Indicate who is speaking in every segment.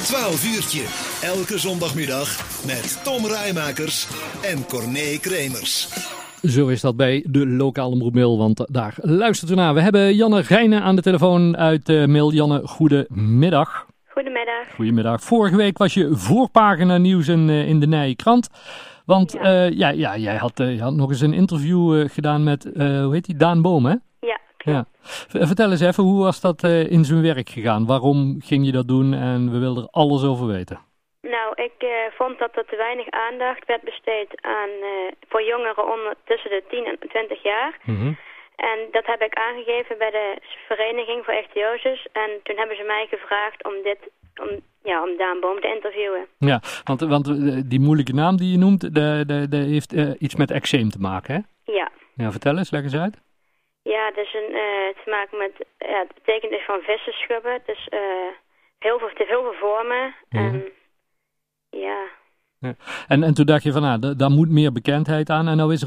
Speaker 1: 12 uurtje, elke zondagmiddag met Tom Rijmakers en Corné Kremers.
Speaker 2: Zo is dat bij de lokale omroep Mil, want daar luistert u naar. We hebben Janne Rijnen aan de telefoon uit Mil. Janne, goedemiddag.
Speaker 3: Goedemiddag.
Speaker 2: Goedemiddag. Vorige week was je voorpagina nieuws in de Nije Krant. Want jij had nog eens een interview gedaan met, Daan Boom, hè? Ja. Vertel eens even, hoe was dat in zijn werk gegaan? Waarom ging je dat doen? En we wilden er alles over weten.
Speaker 3: Nou, ik vond dat er te weinig aandacht werd besteed aan voor jongeren tussen de 10 en 20 jaar. Mm-hmm. En dat heb ik aangegeven bij de Vereniging voor Ichthyosis. En toen hebben ze mij gevraagd om Daan Boom te interviewen. Ja,
Speaker 2: want die moeilijke naam die je noemt, heeft iets met eczeem te maken, hè? Ja. Ja, vertel eens, leg eens uit.
Speaker 3: Ja, het is te maken met, het betekent dus van vissenschubben. Dus heel veel vormen. En ja.
Speaker 2: En toen dacht je van, daar moet meer bekendheid aan. En nou is er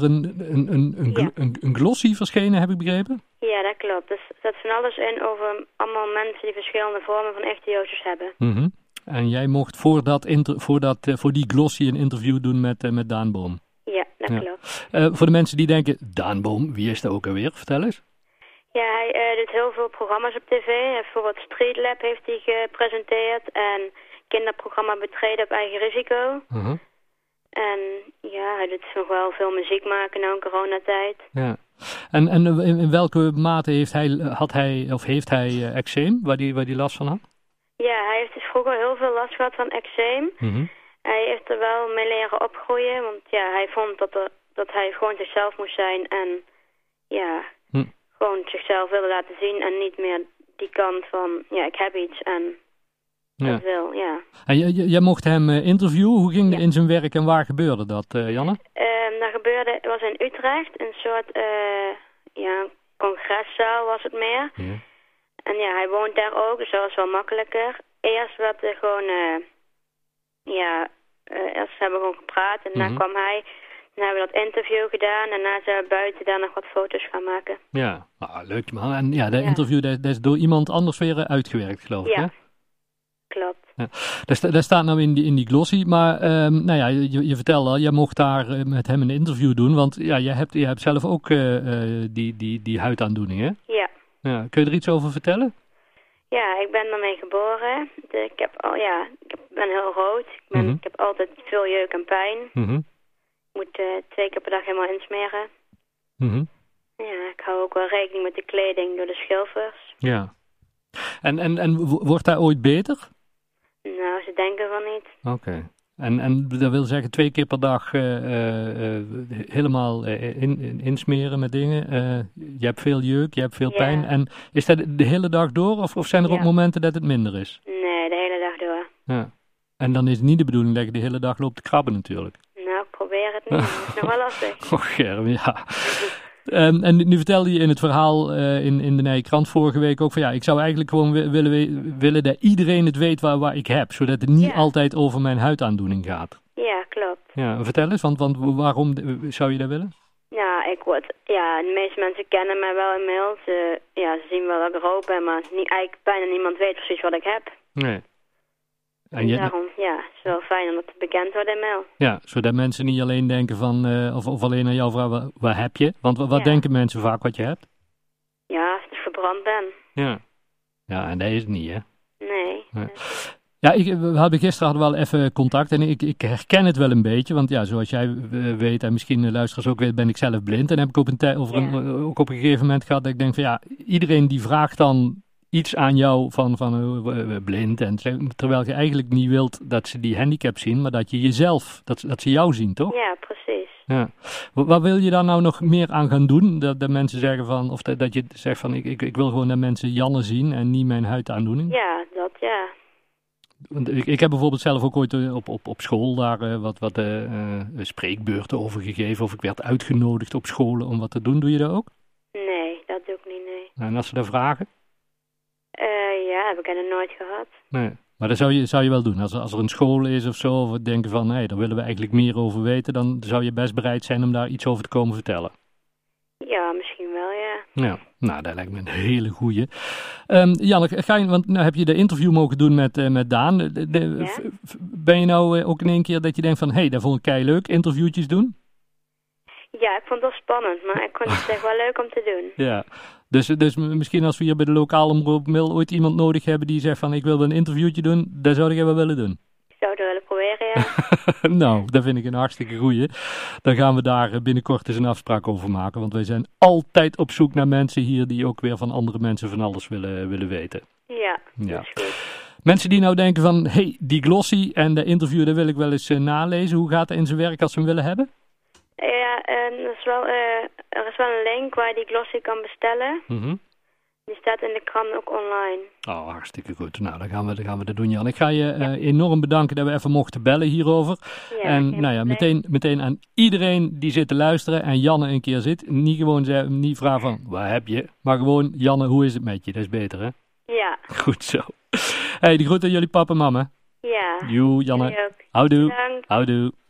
Speaker 2: een glossy verschenen, heb ik begrepen?
Speaker 3: Ja, dat klopt. Dus dat van alles in over allemaal mensen die verschillende vormen van ichthyosis hebben.
Speaker 2: Mm-hmm. En jij mocht voor die glossy een interview doen met Daan Boom.
Speaker 3: Ja, dat klopt.
Speaker 2: Voor de mensen die denken, Daan Boom, wie is dat ook alweer? Vertel eens.
Speaker 3: Ja, hij doet heel veel programma's op tv. Bijvoorbeeld Street Lab heeft hij gepresenteerd. En kinderprogramma Betreden op eigen risico. Uh-huh. En ja, hij doet nog wel veel muziek maken nou in coronatijd. Ja.
Speaker 2: En in welke mate heeft hij eczeem, waar die last van had?
Speaker 3: Ja, hij heeft dus vroeger heel veel last gehad van eczeem. Uh-huh. Hij heeft er wel mee leren opgroeien, want ja, hij vond dat hij gewoon zichzelf moest zijn en gewoon zichzelf wilde laten zien en niet meer die kant van, ik heb iets en dat wil, ja. En
Speaker 2: jij mocht hem interviewen, hoe ging het in zijn werk en waar gebeurde dat, Janne?
Speaker 3: Het was in Utrecht, een soort, congreszaal was het meer. Ja. En ja, hij woont daar ook, dus dat was wel makkelijker. Eerst werd er gewoon, eerst hebben we gewoon gepraat en daarna kwam hij. Dan hebben we dat interview gedaan en daarna zijn we buiten daar nog wat foto's gaan maken. Ja,
Speaker 2: leuk man. En ja, interview dat is door iemand anders weer uitgewerkt, geloof ik, hè?
Speaker 3: Klopt.
Speaker 2: Ja. Daar staat nou in die glossy, maar je vertelde al, jij mocht daar met hem een interview doen, want ja, je hebt zelf ook die huidaandoening, hè? Ja. Kun je er iets over vertellen?
Speaker 3: Ja, ik ben daarmee geboren. Ik ben heel rood. Ik heb altijd veel jeuk en pijn. Mm-hmm. Ik moet 2 keer per dag helemaal insmeren. Mm-hmm. Ja, ik hou ook wel rekening met de kleding door de schilfers. Ja.
Speaker 2: En wordt dat ooit beter?
Speaker 3: Nou, ze denken van niet.
Speaker 2: Oké. En dat wil zeggen 2 keer per dag helemaal insmeren met dingen. Je hebt veel jeuk, je hebt veel pijn. En is dat de hele dag door of zijn er ook momenten dat het minder is?
Speaker 3: Nee, de hele dag door.
Speaker 2: Ja. En dan is het niet de bedoeling dat je de hele dag loopt te krabben natuurlijk.
Speaker 3: Nou, ik probeer het niet. Dat is nog wel lastig.
Speaker 2: Och, Germ, ja. En nu vertelde je in het verhaal in de Nije Krant vorige week ook van ik zou eigenlijk gewoon willen dat iedereen het weet waar ik heb. Zodat het niet altijd over mijn huidaandoening gaat. Ja, klopt. Ja, vertel eens, want waarom zou je dat willen?
Speaker 3: Ja, de meeste mensen kennen mij wel inmiddels. Ze zien wel dat ik rood ben, maar eigenlijk bijna niemand weet precies wat ik heb. Nee. En daarom, het is wel fijn omdat het bekend wordt in mail.
Speaker 2: Ja, zodat mensen niet alleen denken van, of alleen aan jou vragen, wat heb je? Want wat denken mensen vaak wat je hebt?
Speaker 3: Ja, als ik verbrand ben.
Speaker 2: Ja. Ja, en dat is het niet, hè?
Speaker 3: Nee.
Speaker 2: Ja, gisteren hadden we wel even contact en ik herken het wel een beetje. Want ja, zoals jij weet en misschien de luisteraars ook weet, ben ik zelf blind. En heb ik ook op een gegeven moment gehad dat ik denk van iedereen die vraagt dan iets aan jou van blind. En terwijl je eigenlijk niet wilt dat ze die handicap zien, maar dat je jezelf, dat ze jou zien, toch?
Speaker 3: Ja, precies.
Speaker 2: Ja. Wat wil je daar nou nog meer aan gaan doen? Dat mensen zeggen van, of dat je zegt van, ik wil gewoon dat mensen Janne zien en niet mijn huidaandoening?
Speaker 3: Ja,
Speaker 2: Want ik heb bijvoorbeeld zelf ook ooit op school daar wat spreekbeurten over gegeven. Of ik werd uitgenodigd op scholen om wat te doen. Doe je dat ook?
Speaker 3: Nee, dat doe ik niet, nee.
Speaker 2: En als ze daar vragen?
Speaker 3: Heb ik nog nooit gehad.
Speaker 2: Nee, maar dat zou je wel doen. Als er een school is of zo, of we denken van, daar willen we eigenlijk meer over weten, dan zou je best bereid zijn om daar iets over te komen vertellen.
Speaker 3: Ja, misschien wel, ja.
Speaker 2: Ja. Nou, dat lijkt me een hele goeie. Janneke, want nou heb je de interview mogen doen met Daan. Ben je nou ook in één keer dat je denkt van, dat vond ik keileuk, interviewtjes doen?
Speaker 3: Ja, ik vond het wel spannend, maar ik vond het echt wel leuk om te doen. Ja,
Speaker 2: dus misschien als we hier bij de lokale omroep Mil ooit iemand nodig hebben die zegt van, ik wil een interviewtje doen, dat zou jij wel willen doen.
Speaker 3: Ik zou het willen proberen, ja.
Speaker 2: Nou, dat vind ik een hartstikke goeie. Dan gaan we daar binnenkort eens een afspraak over maken. Want wij zijn altijd op zoek naar mensen hier die ook weer van andere mensen van alles willen weten.
Speaker 3: Ja, dat is goed.
Speaker 2: Mensen die nou denken van, die glossy en de interview, dat wil ik wel eens nalezen. Hoe gaat het in zijn werk als ze hem willen hebben?
Speaker 3: Ja, er is wel een link waar je die glossy kan bestellen. Mm-hmm. Die staat in de krant ook online.
Speaker 2: Oh, hartstikke goed. Nou, dan gaan we dat doen, Jan. Ik ga je enorm bedanken dat we even mochten bellen hierover. Ja, en meteen aan iedereen die zit te luisteren en Janne een keer zit. Niet vragen van, waar heb je? Maar gewoon, Janne, hoe is het met je? Dat is beter, hè?
Speaker 3: Ja.
Speaker 2: Goed zo. De groeten aan jullie papa en mama.
Speaker 3: Ja.
Speaker 2: Joe, Janne. Houdoe.
Speaker 3: Bedankt.
Speaker 2: Houdoe.